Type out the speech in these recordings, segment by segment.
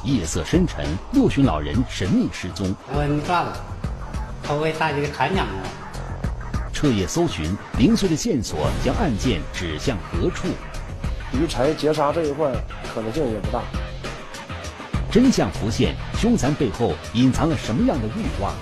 夜色深沉，6旬老人神秘失踪。 我你抓了，他为大家看见了。 彻夜搜寻，零碎的线索将案件指向何处？ 鱼拆劫杀这一块可能性也不大。 真相浮现，凶残背后隐藏了什么样的欲望？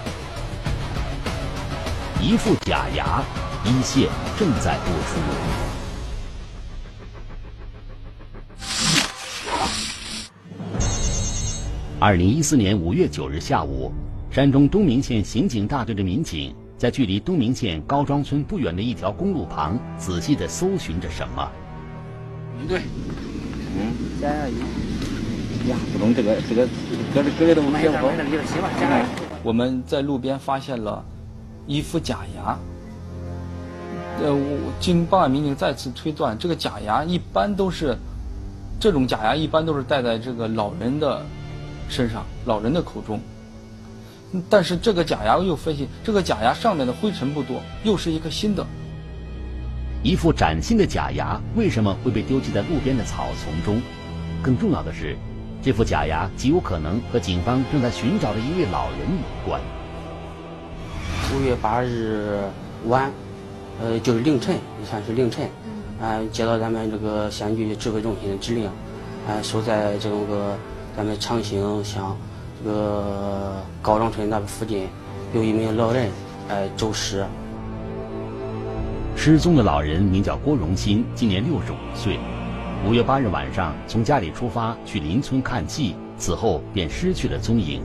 一副假牙，一线正在播出。2014年5月9日下午，山东东明县刑警大队的民警在距离东明县高庄村不远的一条公路旁，仔细地搜寻着什么。 对，加油！呀，不懂这个都没有。我们在路边发现了一副假牙。经办案民警再次推断，这个假牙一般都是戴在这个老人的身上，老人的口中。但是这个假牙又分析，这个假牙上面的灰尘不多，又是一个新的。 一副崭新的假牙为什么会被丢弃在路边的草丛中？更重要的是，这副假牙极有可能和警方正在寻找的一位老人有关。 5月8日晚，就是凌晨，也算是凌晨，接到咱们这个县局指挥中心的指令，说在这个咱们长兴乡这个高庄村那附近有一名老人走失。 失踪的老人名叫郭荣新，今年65岁。5月8日晚上从家里出发去邻村看戏，此后便失去了踪影。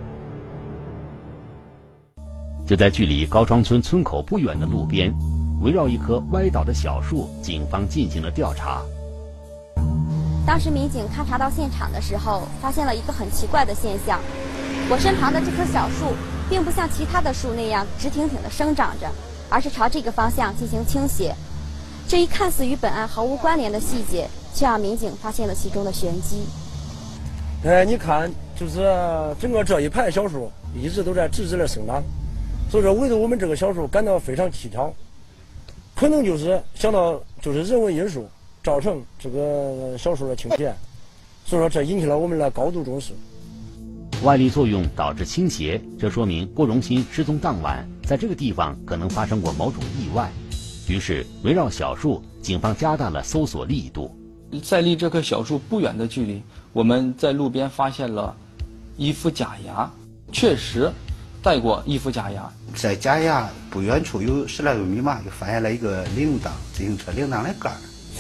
就在距离高庄村村口不远的路边，围绕一棵歪倒的小树，警方进行了调查。 当时民警勘察到现场的时候，发现了一个很奇怪的现象：我身旁的这棵小树并不像其他的树那样直挺挺地生长着，而是朝这个方向进行倾斜。这一看似与本案毫无关联的细节，却让民警发现了其中的玄机。 你看，就是整个这一排小树一直都在直直的生长，所以说唯独我们这个小树感到非常蹊跷，可能就是想到就是人为因素造成这个小树的倾斜，所以说这引起了我们的高度重视。 外力作用导致倾斜，这说明郭荣新失踪当晚在这个地方可能发生过某种意外。于是围绕小树，警方加大了搜索力度。 在离这棵小树不远的距离，我们在路边发现了一副假牙，确实戴过一副假牙。 在假牙不远处有10来多米嘛，就发现了一个铃铛，自行车铃铛的杆儿。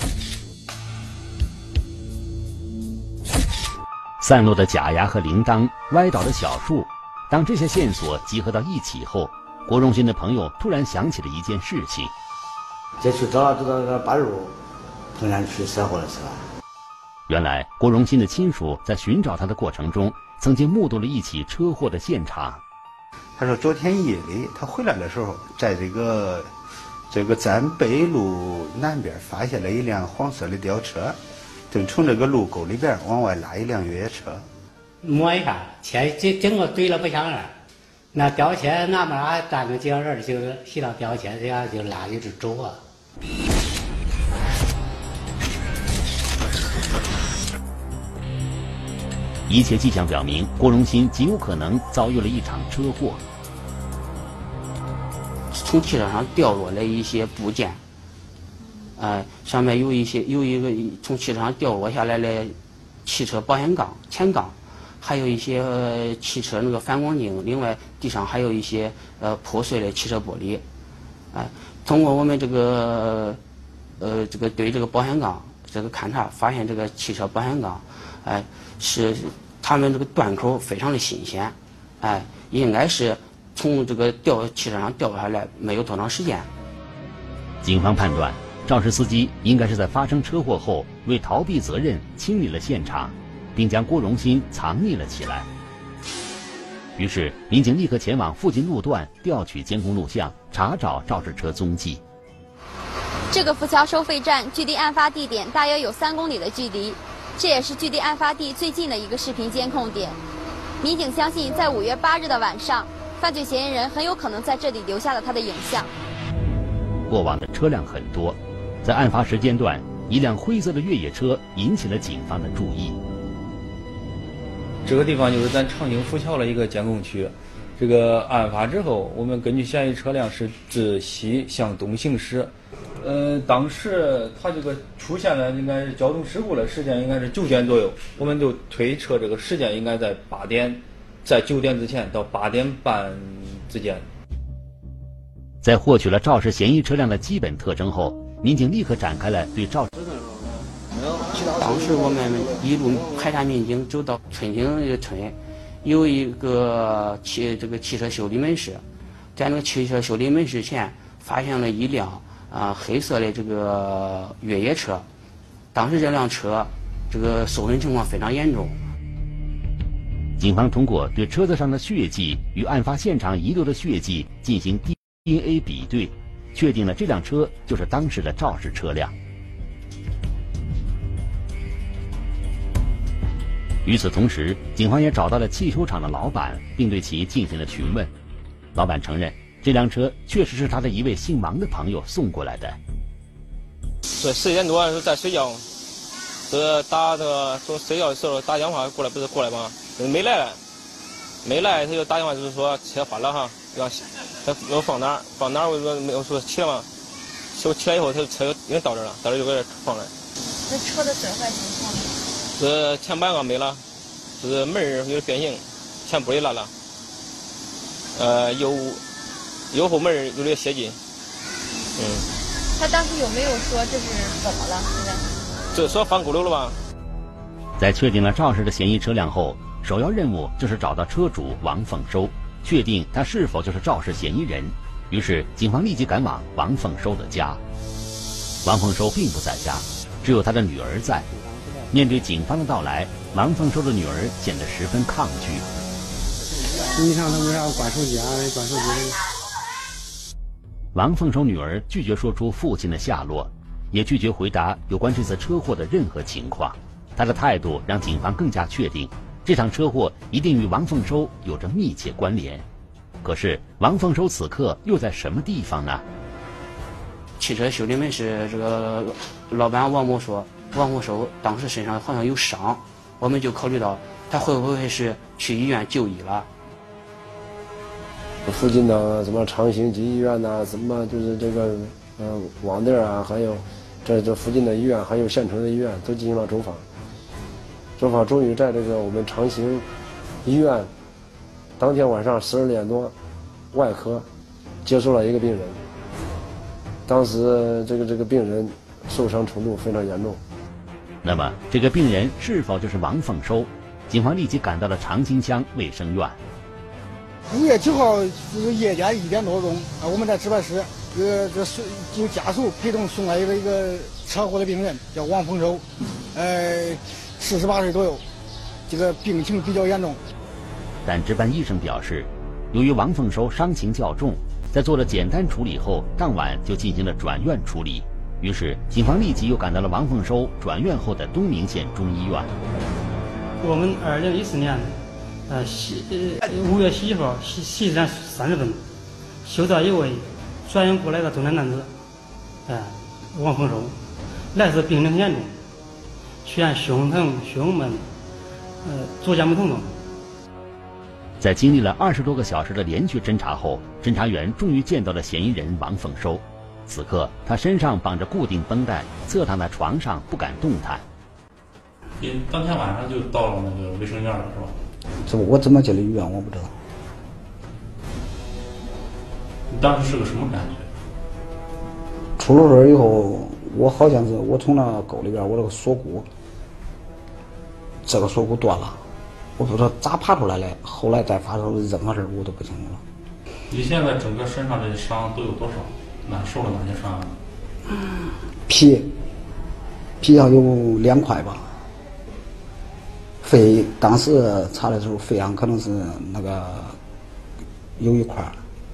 散落的假牙和铃铛，歪倒的小树，当这些线索集合到一起后，郭荣新的朋友突然想起了一件事情。 这去找那个八路，突然去车祸了是吧？ 原来郭荣新的亲属在寻找他的过程中，曾经目睹了一起车祸的现场。 他说昨天夜里他回来的时候，在这个站北路南边发现了一辆黄色的吊车，正从这个路沟里边往外拉一辆越野车。 摸一看，车整个怼了不像人，那吊车那么还站个几个人，就骑到吊车这样就拉一直走啊。 一切迹象表明，郭荣新极有可能遭遇了一场车祸。 从汽车上掉落了一些部件，上面有一个从汽车上掉落下来的汽车保险杠、前杠，还有一些汽车那个反光镜，另外地上还有一些破碎的汽车玻璃。通过我们这个对这个保险杠这个勘察，发现这个汽车保险杠，是他们这个断口非常的新鲜，应该是从这个汽车上掉下来没有多长时间。 警方判断，肇事司机应该是在发生车祸后，为逃避责任清理了现场，并将郭荣新藏匿了起来。于是，民警立刻前往附近路段调取监控录像，查找肇事车踪迹。 这个浮桥收费站距离案发地点大约有3公里的距离，这也是距离案发地最近的一个视频监控点。民警相信，在5月8日的晚上，犯罪嫌疑人很有可能在这里留下了他的影像。 过往的车辆很多，在案发时间段，一辆灰色的越野车引起了警方的注意。 这个地方就是咱长兴浮桥的一个监控区。这个案发之后，我们根据嫌疑车辆是自西向东行驶。当时他这个出现的应该是交通事故的时间应该是9点左右，我们就推测这个时间应该在8点，在9点之前到8点半之间。 在获取了肇事嫌疑车辆的基本特征后，民警立刻展开了对肇事。 当时我们一路排查民警走到春兴这个村，有一个汽车修理门市，在那个汽车修理门市前发现了一辆黑色的这个越野车，当时这辆车这个受损情况非常严重。 警方通过对车子上的血迹与案发现场遗留的血迹进行 DNA 比对，确定了这辆车就是当时的肇事车辆。与此同时，警方也找到了汽修厂的老板，并对其进行了询问。老板承认，这辆车确实是他的一位姓王的朋友送过来的。 对，11点多是在睡觉，从睡觉的时候打电话过来，不是过来吗？没来，他就打电话就是说车坏了哈，要放哪儿？我说没有说起了吗？起来以后，他车已经到这儿了，到这儿就给他放了。 那车的损坏情况呢？ 是前半个没了，就是门有点变形，前部也烂了，右后门有点血迹。 他当时有没有说这是怎么了？现在这说翻沟流了吧？ 在确定了肇事的嫌疑车辆后，首要任务就是找到车主王凤收，确定他是否就是肇事嫌疑人。于是，警方立即赶往王凤收的家。王凤收并不在家，只有他的女儿在。面对警方的到来，王凤收的女儿显得十分抗拒。 你看他为啥关手机啊？关手机。 王凤收女儿拒绝说出父亲的下落，也拒绝回答有关这次车祸的任何情况。她的态度让警方更加确定，这场车祸一定与王凤收有着密切关联。可是，王凤收此刻又在什么地方呢？ 汽车修理门市这个老板王某说，王凤收当时身上好像有伤，我们就考虑到他会不会是去医院就医了。 附近的什么长兴基医院呐、什么就是这个网店啊，还有这附近的医院，还有县城的医院都进行了走访。走访终于在这个我们长兴医院当天晚上12点多，外科接收了一个病人。当时这个病人受伤程度非常严重。 那么，这个病人是否就是王凤收？警方立即赶到了长兴乡卫生院。 5月9号就是夜间1点多钟，我们在值班室，有家属陪同送来一个车祸的病人，叫王凤收，48岁左右，这个病情比较严重。 但值班医生表示，由于王凤收伤情较重，在做了简单处理后，当晚就进行了转院处理。于是，警方立即又赶到了王凤收转院后的东明县中医院。 我们2014年5月11号11点30分，收到一位转院过来的中年男子，王凤收，来自病情很严重，出现胸疼、胸闷，左肩部疼痛。 在经历了20多个小时的连续侦查后，侦查员终于见到了嫌疑人王凤收。此刻，他身上绑着固定绷带，侧躺在床上不敢动弹。 你当天晚上就到了那个卫生院了，是吧？ 我怎么进了医院我不知道。 你当时是个什么感觉？ 出了事以后，我好像是我从那沟里边，我这个锁骨断了，我不知道咋爬出来的，后来再发生任何事我都不清楚了。 你现在整个身上这些伤都有多少？受了哪些伤？ 皮上有2块吧。肺当时查的时候，肺上可能是那个有1块，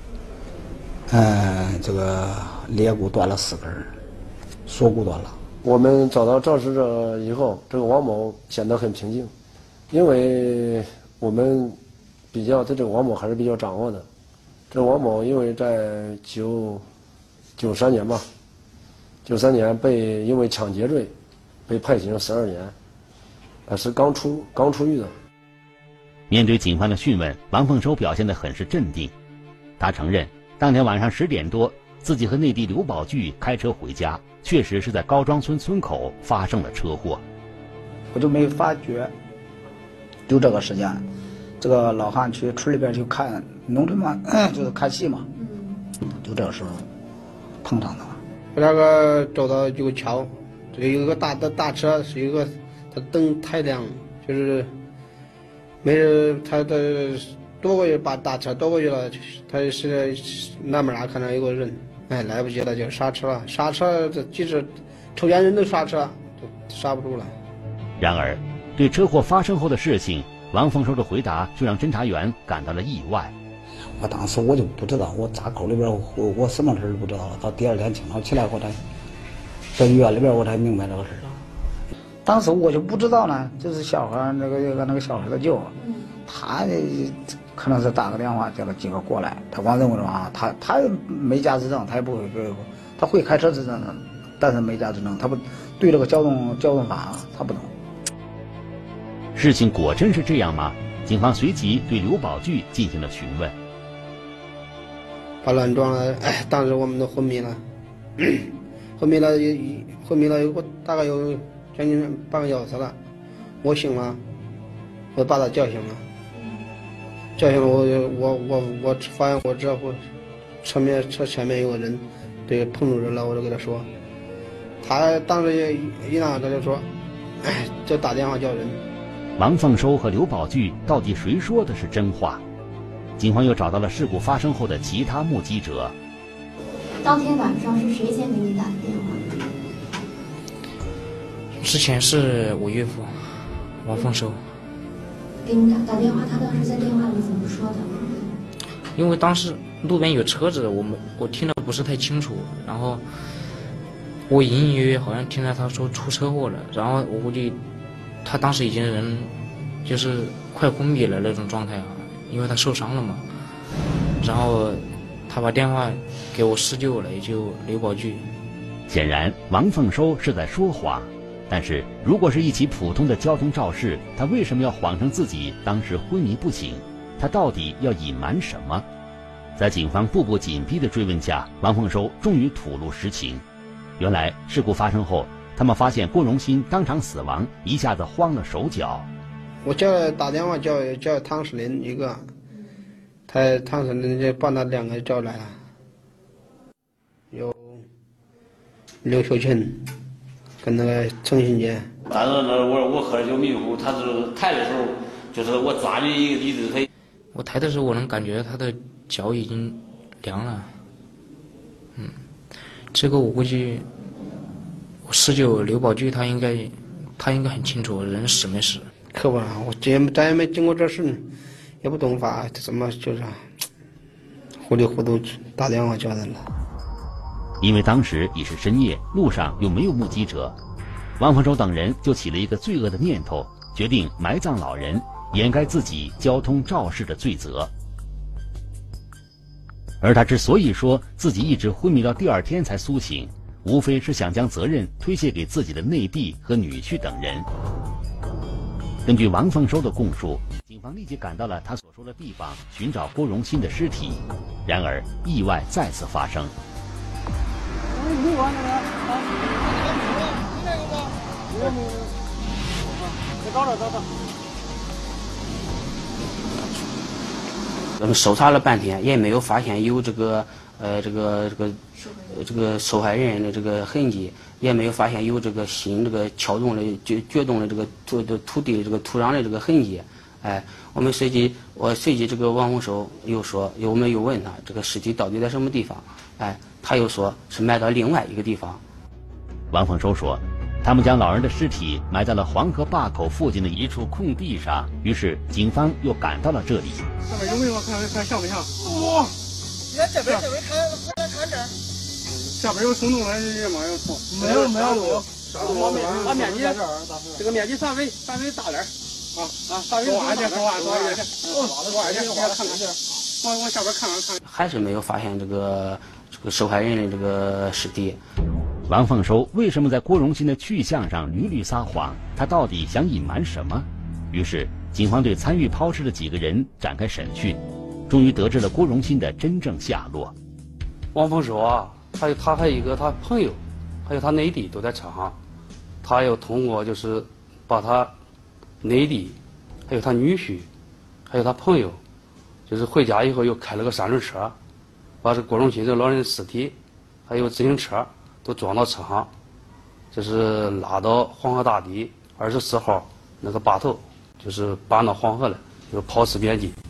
这个肋骨断了4根，锁骨断了。我们找到肇事者以后，这个王某显得很平静，因为我们比较对这个王某还是比较掌握的。这个王某因为在93年吧，93年因为抢劫罪被判刑12年。是刚出狱的。 面对警方的讯问，王凤收表现得很是镇定。他承认，当天晚上10点多，自己和内弟刘宝巨开车回家，确实是在高庄村村口发生了车祸。 我就没发觉，就这个时间，这个老汉去村里边去看农村嘛，就是看戏嘛，就这个时候碰上的。 我那个走到这个桥，有一个大车，是一个他灯太亮，就是没人，他的多个月把大车多个月了，他是南门那看到有个人，哎，来不及了就刹车了，刹车这即使抽烟人都刹车，就刹不住了。 然而，对车祸发生后的事情，王凤收的回答就让侦查员感到了意外。 我当时我就不知道，我闸口里边我什么事都不知道了。到第二天清早起来，我才在医院里边我才明白这个事。当时我就不知道呢，就是小孩那个小孩的舅，他可能是打个电话叫了几个过来，他光认为啊，他没驾驶证，他也不会，他会开车执证，但是没驾驶证，他不对这个交通法他不懂。 事情果真是这样吗？警方随即对刘宝巨进行了询问。 把乱撞了，哎，当时我们都昏迷了，昏迷了大概有将近半个小时了。我醒了，我把他叫醒了，我发现我这会车前面有个人，对，碰住人了，我就给他说，他当时一拿他就说，哎，就打电话叫人。 王凤收和刘宝巨到底谁说的是真话？警方又找到了事故发生后的其他目击者。 当天晚上是谁先给你打的电话？ 之前是我岳父王凤收给你打电话，他当时在电话里怎么说的？ 因为当时路边有车子，我听得不是太清楚，然后我隐隐约约好像听到他说出车祸了，然后我估计他当时已经人就是快昏迷了那种状态啊，因为他受伤了嘛。然后他把电话给我师舅了，也就刘宝巨。 显然王凤收是在说谎，但是如果是一起普通的交通肇事，他为什么要谎称自己当时昏迷不醒？他到底要隐瞒什么？在警方步步紧逼的追问下，王凤收终于吐露实情。原来事故发生后，他们发现郭荣新当场死亡，一下子慌了手脚。 我打电话叫汤世林一个，汤世林就把那2个叫来了，有刘秀琴跟那个程新杰。 但是呢，我喝了酒迷糊，他是抬的时候，就是我抓住一只腿。 我抬的时候，我能感觉他的脚已经凉了。这个我估计我师舅刘宝巨他应该很清楚人死没死。 可不，我咱也没经过这事，也不懂法，怎么就是糊里糊涂打电话叫人了。 因为当时已是深夜，路上又没有目击者，王凤收等人就起了一个罪恶的念头，决定埋葬老人，掩盖自己交通肇事的罪责。而他之所以说自己一直昏迷到第2天才苏醒，无非是想将责任推卸给自己的内弟和女婿等人。根据王凤收的供述，警方立即赶到了他所说的地方，寻找郭荣新的尸体。然而意外再次发生。 我们搜查了半天，也没有发现有这个受害人的这个痕迹，也没有发现有这个心撬动的掘动的这个土地这个土壤的这个痕迹。哎，我随即这个王凤收我们又问他这个尸体到底在什么地方？哎，他又说是埋到另外一个地方。 王凤收说，他们将老人的尸体埋在了黄河坝口附近的一处空地上，于是警方又赶到了这里。 上面有没有？看像不像？哇！你看这边看这儿。下边有松动的人吗？没有。把面积这个面积范围大点儿。大围多少钱？看看这，往下边看看。 还是没有发现这个受害人的这个尸体。 王凤收为什么在郭荣新的去向上屡屡撒谎？他到底想隐瞒什么？于是警方对参与抛尸的几个人展开审讯，终于得知了郭荣新的真正下落。 王凤寿啊，还有一个他朋友，还有他内弟都在车上，他又通过就是把他内弟，还有他女婿，还有他朋友，就是回家以后又开了个三轮车，把这郭荣新这老人的尸体，还有自行车都装到车上，就是拉到黄河大堤24号那个坝头，就是搬到黄河了，就是抛尸边境。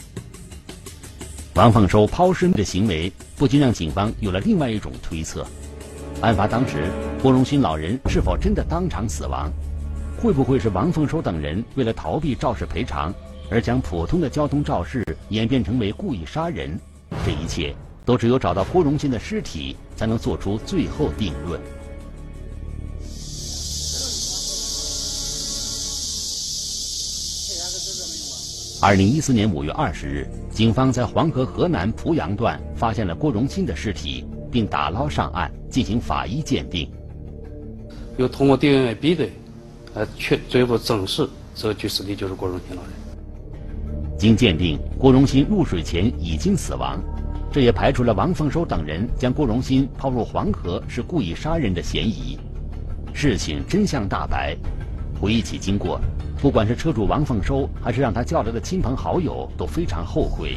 王凤寿抛尸的行为不仅让警方有了另外一种推测：案发当时，郭荣新老人是否真的当场死亡？会不会是王凤寿等人为了逃避肇事赔偿，而将普通的交通肇事演变成为故意杀人？这一切都只有找到郭荣新的尸体，才能做出最后定论。2014年5月20日，警方在黄河河南濮阳段发现了郭荣新的尸体，并打捞上岸进行法医鉴定。 又通过 DNA 比对，最后证实这具尸体就是郭荣新老人。 经鉴定，郭荣新入水前已经死亡，这也排除了王凤寿等人将郭荣新抛入黄河是故意杀人的嫌疑。事情真相大白，回忆起经过，不管是车主王凤寿，还是让他叫来的亲朋好友，都非常后悔。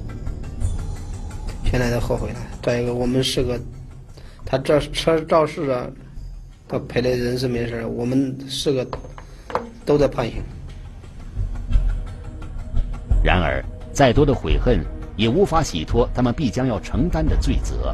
现在都后悔了。再一个，我们是个，他这车肇事啊，他赔的人是没事，我们是个都在判刑。 然而，再多的悔恨也无法洗脱他们必将要承担的罪责。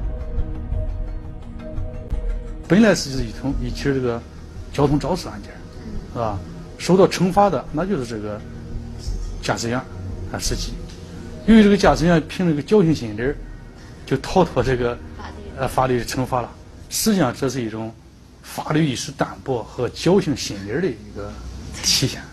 本来是一起这个交通肇事案件，是吧？受到惩罚的那就是这个驾驶员和司机，由于这个驾驶员凭这个侥幸心理就逃脱这个法律的惩罚了。实际上这是一种法律意识淡薄和侥幸心理的一个体现。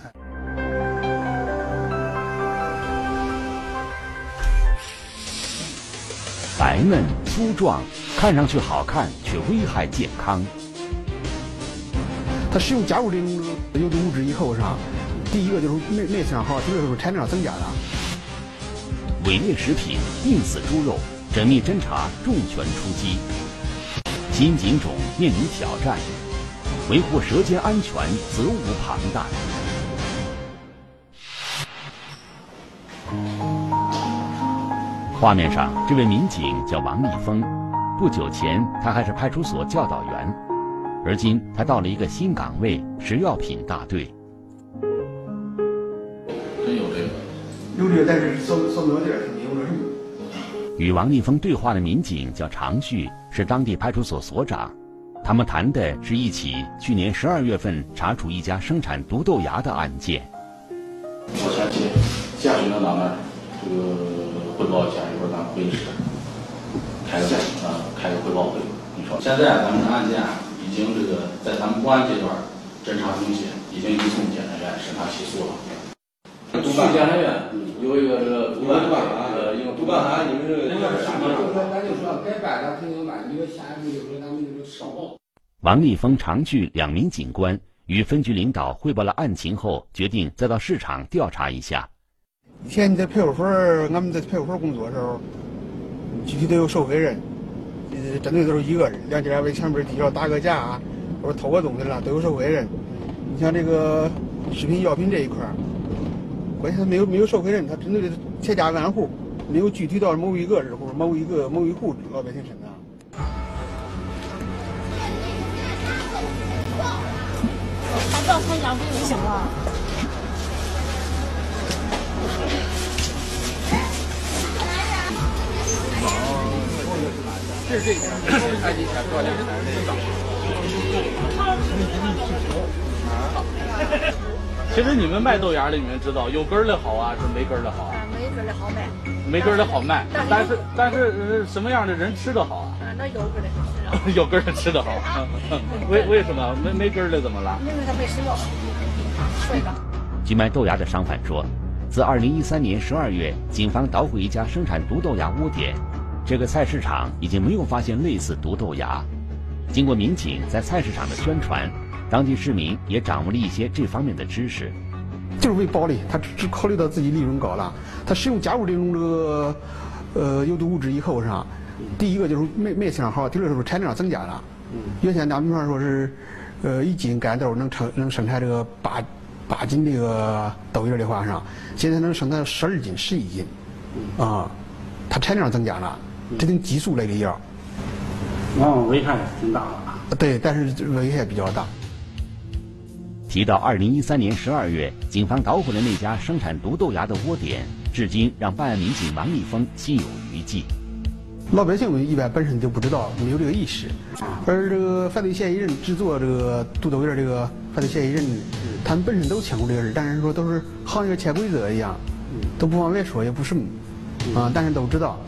白嫩粗壮，看上去好看，却危害健康。 它使用加入这种有毒物质以后，是吧？第一个就是内损耗，第二个就是产量增加了。 伪劣食品，病死猪肉，缜密侦查，重拳出击。新警种面临挑战，维护舌尖安全责无旁贷。画面上，这位民警叫王立峰，不久前他还是派出所教导员。而今他到了一个新岗位——食药品大队。 真有这个？有这个，但是扫描点是没有这什么。 与王立峰对话的民警叫常旭，是当地派出所所长。他们谈的是一起去年12月份查处一家生产毒豆芽的案件。 我前期下去能到那儿，这个汇报一下，一会儿咱会议室开个汇报会。你说现在咱们的案件已经这个在咱们公安阶段侦查中心已经移送检察院审查起诉了。 督办检察院有一个这个督办案，一个督办案，你们这个咱就说该办咱肯定办，因为下一步就是咱们这个稍后。 王立峰、常旭两名警官与分局领导汇报了案情后，决定再到市场调查一下。 以前你在派出所，俺们在派出所工作的时候，具体都有受害人，针对都是一个人，两家为前面地上打个架，或者偷个东西了，都有受害人。你像这个食品药品这一块，关键他没有受害人，他针对的千家万户，没有具体到某一个人或者某一户老百姓身上。 还到参加不就行了？ 是这个，看一下多2台这个。 其实你们卖豆芽的，你们知道有根儿的好啊，是没根儿的好啊？ 没根儿的好卖。 没根儿的好卖，但是什么样的人吃的好啊？ 那有根儿的吃的。 有根儿的吃的好。为什么没根儿的怎么了？ 因为它没熟。对吧？ 据卖豆芽的商贩说，自2013年12月，警方捣毁一家生产毒豆芽窝点，这个菜市场已经没有发现类似毒豆芽。经过民警在菜市场的宣传，当地市民也掌握了一些这方面的知识。 就是为暴利，他只考虑到自己利润高了。他使用加入这种这个有毒物质以后上，第一个就是卖市场好，第二个就是产量增加了。原先打比方说是1斤干豆能生产这个8斤这个豆叶的话上，现在能生产12斤、11斤，啊，它产量增加了，这种激素类的药， 往往危害挺大的。 对，但是危害比较大。 提到2013年12月，警方捣毁了那家生产毒豆芽的窝点，至今让办案民警王立峰心有余悸。 老百姓们一般本身就不知道，没有这个意识，而这个犯罪嫌疑人制作这个毒豆叶这个犯罪嫌疑人，他们本身都清楚这个事，但是说都是行业潜规则一样，都不往外说，也不什么，但是都知道。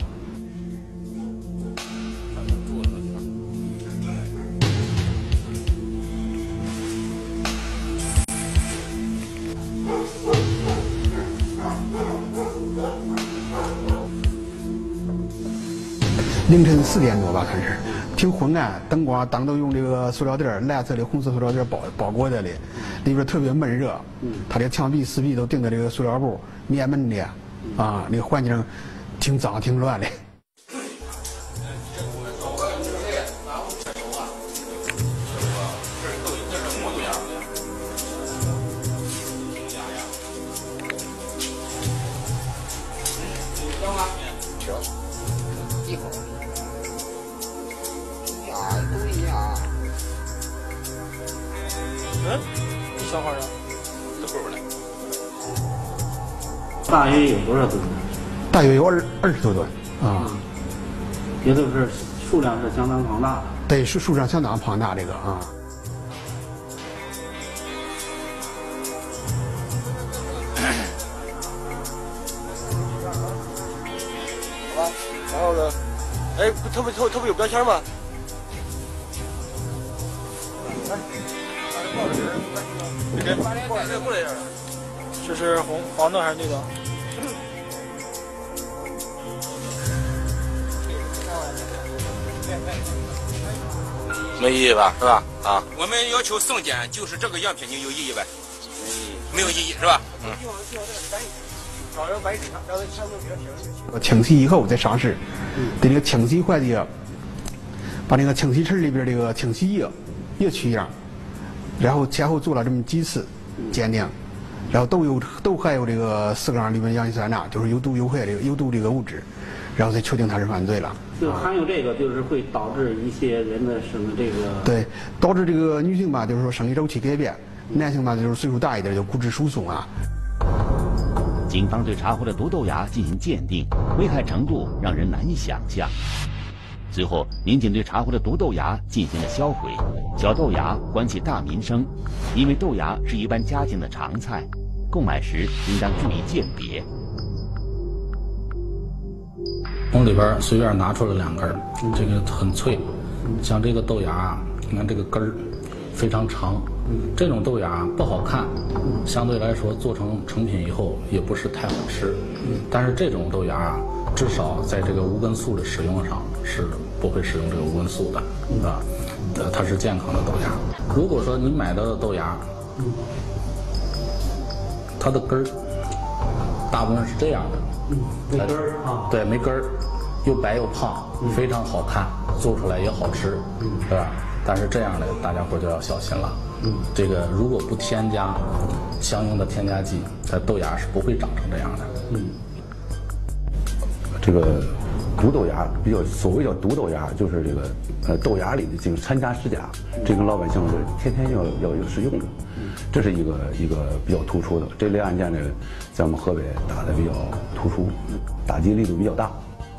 凌晨4点多吧，看是挺昏暗，灯光都用这个塑料袋，蓝色的、红色塑料袋包裹在里，里边特别闷热。它的墙壁、四壁都钉的这个塑料布，面闷的，啊，那个环境挺脏、挺乱的。 小孩啊，这够了。 大约有多少吨？ 大约有20多吨啊。 也就是数量是相当庞大的。 对，数量相当庞大，这个啊。 好吧，然后呢？哎，特别有标签吗？这是黄的还是绿的？ 没异议吧？是吧？啊，我们要求送检，就是这个样品，你有异议呗？没有异议是吧？ 清洗以后再上市，对这个清洗环节，把那个清洗池里边这个清洗液取样，然后前后做了这么几次鉴定，然后都含有这个4缸氯苯氧乙酸钠，就是有毒有害这个有毒这个物质，然后再确定他是犯罪了。 就含有这个，就是会导致一些人的什么这个？ 对，导致这个女性吧，就是说生理周期改变；男性吧，就是岁数大一点就骨质疏松啊。 警方对查获的毒豆芽进行鉴定，危害程度让人难以想象。随后，民警对查获的毒豆芽进行了销毁，小豆芽关系大民生，因为豆芽是一般家庭的常菜，购买时应当注意鉴别。 从里边随便拿出了2根，这个很脆，像这个豆芽，你看这个根儿非常长，这种豆芽不好看，相对来说做成成品以后也不是太好吃，但是这种豆芽至少在这个无根素的使用上是不会使用这个无根素的，啊，它是健康的豆芽。如果说你买到的豆芽，它的根儿大部分是这样的。 没根儿啊， 对，没根儿，又白又胖，非常好看，做出来也好吃，是吧？但是这样的大家伙就要小心了。这个如果不添加相应的添加剂，它豆芽是不会长成这样的。 这个毒豆芽所谓叫毒豆芽，就是这个豆芽里的这个掺加施甲，这跟老百姓是天天要有使用的。这是一个比较突出的这类案件呢，在我们河北打的比较突出，打击力度比较大。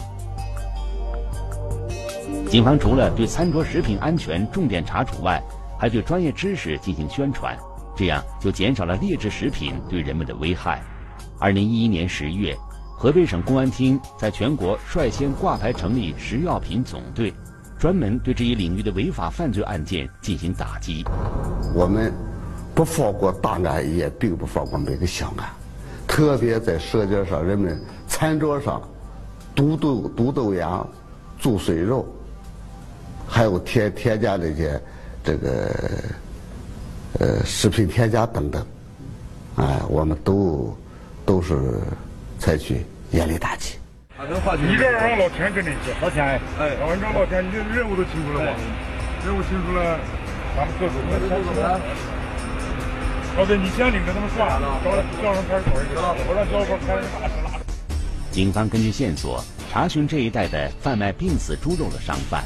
警方除了对餐桌食品安全重点查处外，还对专业知识进行宣传，这样就减少了劣质食品对人们的危害。2011年11月，河北省公安厅在全国率先挂牌成立食药品总队，专门对这一领域的违法犯罪案件进行打击。 我们不放过大案，也并不放过每个小案，特别在舌尖上，人们餐桌上毒豆芽、猪碎肉，还有添加这些食品添加等等， 我们都是采取严厉打击。 你这让老田跟着去，老田，要按照老田，你这任务都清楚了吗？任务清楚了，咱们各组老队，你先领着他们算，叫上派出所去，我让小伙开着大车拉。 警方根据线索查询这一带的贩卖病死猪肉的商贩。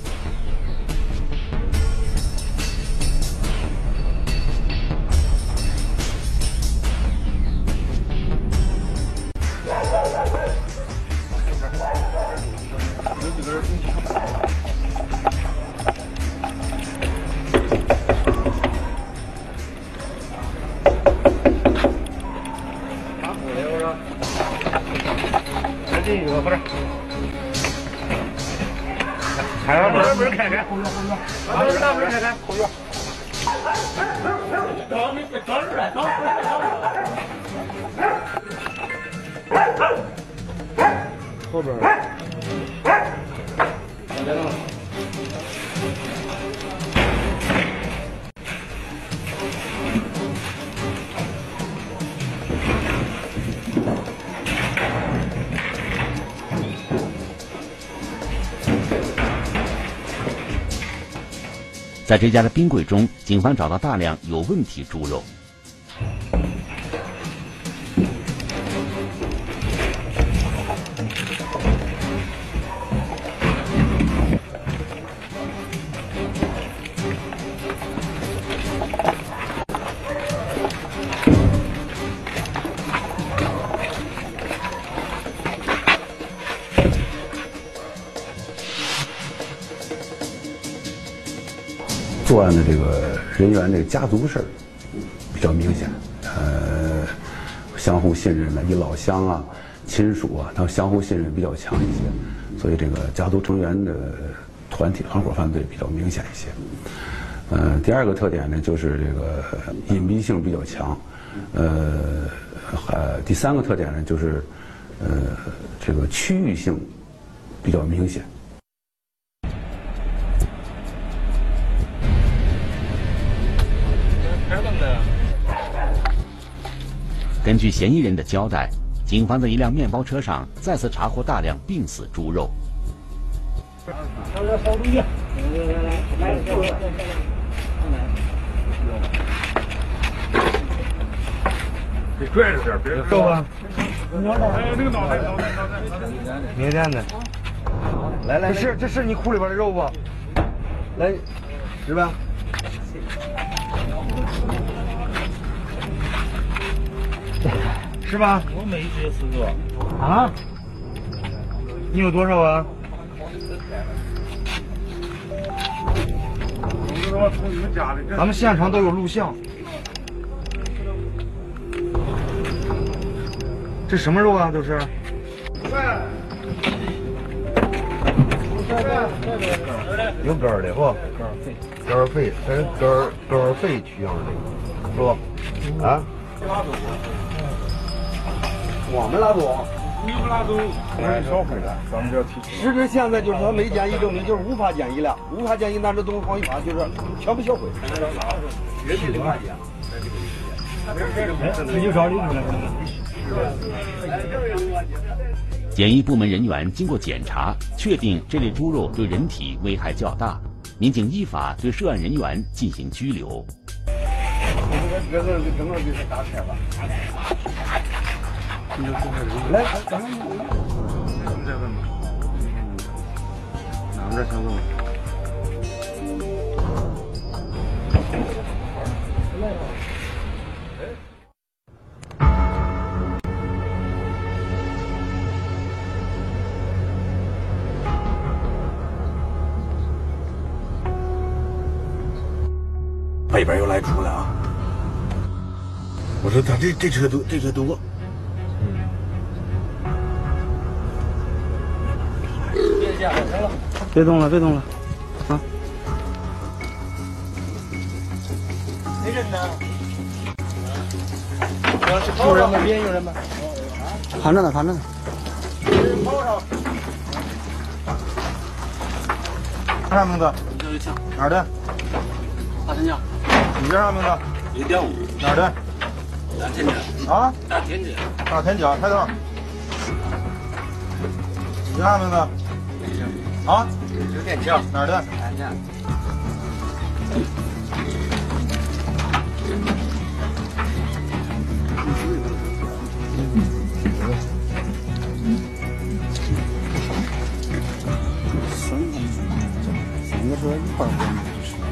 后边。 在这家的冰柜中，警方找到大量有问题猪肉。 作案的这个人员这个家族事儿比较明显，相互信任的，以老乡啊、亲属啊，他们相互信任比较强一些，所以这个家族成员的团体团伙犯罪比较明显一些。第二个特点呢，就是这个隐蔽性比较强，第三个特点呢，就是这个区域性比较明显。 根据嫌疑人的交代，警方在一辆面包车上再次查获大量病死猪肉。 消毒液，来，得拽着点，别够吧？哎，那个脑袋，明天的。来，这是你库里边的肉不？来，吃吧。是吧？我没这4个。啊？你有多少啊？咱们现场都有录像。这什么肉啊？都是。有肝儿的不？肝儿肺，这是肝儿肺取样的，是不？啊？我们拉走，你不拉走，你烧毁了，咱们就要提起。实质现在就是他没检疫证明，就是无法检疫了，无法检疫，那这东西防疫法就是全部销毁。绝对无法检。你就找领出来。 检疫部门人员经过检查，确定这类猪肉对人体危害较大，民警依法对涉案人员进行拘留。 整个给他打开吧。来，咱们再问吧。哪们这先问吧。 北边又来猪了啊！我说他这车多。 别动了，啊！ 没人呢。 有人吗？别有人吗？看着呢。 叫啥名字？哪儿的？ 大陈家。 你叫啥名字？ 1.5。 哪儿的？ 大天津啊， 大天津， 大天津，抬头。你叫啥名字？啊？ 刘天桥， 哪儿的？ 安家。 三个说一块儿管。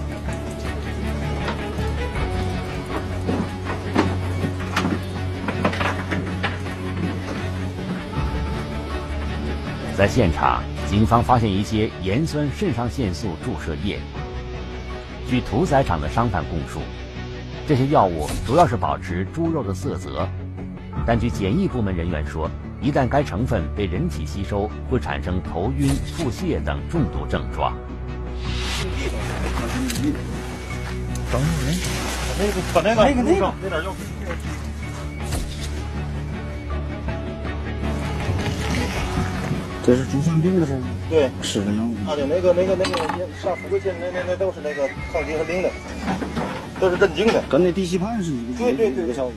在现场，警方发现一些盐酸肾上腺素注射液。据屠宰场的商贩供述，这些药物主要是保持猪肉的色泽，但据检疫部门人员说，一旦该成分被人体吸收，会产生头晕、腹泻等中毒症状。 等人，把那个那点药。这是猪酸病的事儿。对，是的药物。啊，对，那个上富贵街那都是那个抗精神病的，都是镇静的，跟那地西泮是一个效果。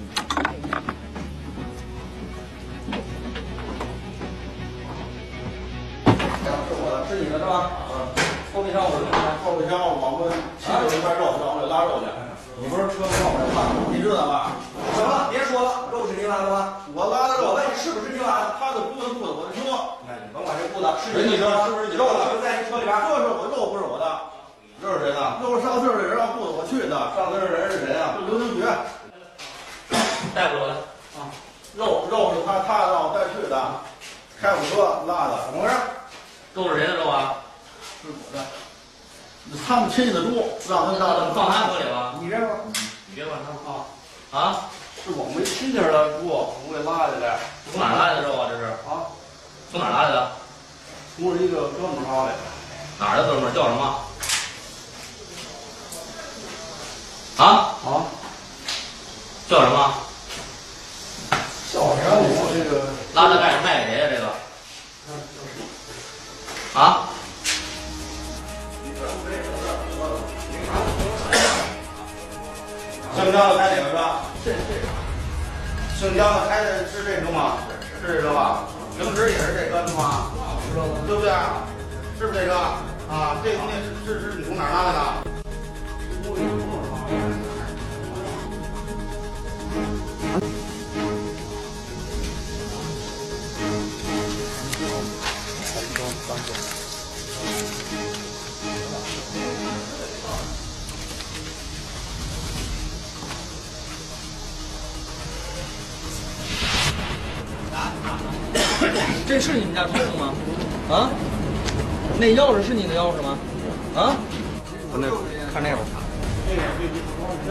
是你的是吧？后备箱我后备箱我们汽车里边肉，让我拉肉去。你不是车上我看，你知道吧？行了，别说了，肉是你拉的吧？我拉的肉，我问你是不是你拉的？他的不是我的车。你甭管这布子，是你车是不是你肉就在你车里边？这是我肉，不是我的。肉是谁的？肉是上岁数的人让布子我去的。上岁数的人是谁啊？刘同学。带过来啊！肉是他让我带去的，开我车拉的，怎么回事？肉是谁的肉啊？是我的。他们亲戚的猪，让他放他河里了。你别管，你别管他们啊！啊，是我们亲戚的猪，我给拉下来。从哪来的肉啊？这是啊？从哪来的？从一个哥们儿拉来的。哪儿的哥们儿？叫什么？啊？叫什么？叫啥？我这个拉着干什么？卖给谁呀？这个？啊？姓张的开哪个是吧？姓张的开的是这车吗？是这车吧？平时也是这车是吗？对不对？是不是这车？啊，这东西是你从哪儿拉来的？ 这是你们家窗户吗？啊？那钥匙是你的钥匙吗？啊？ 看那边。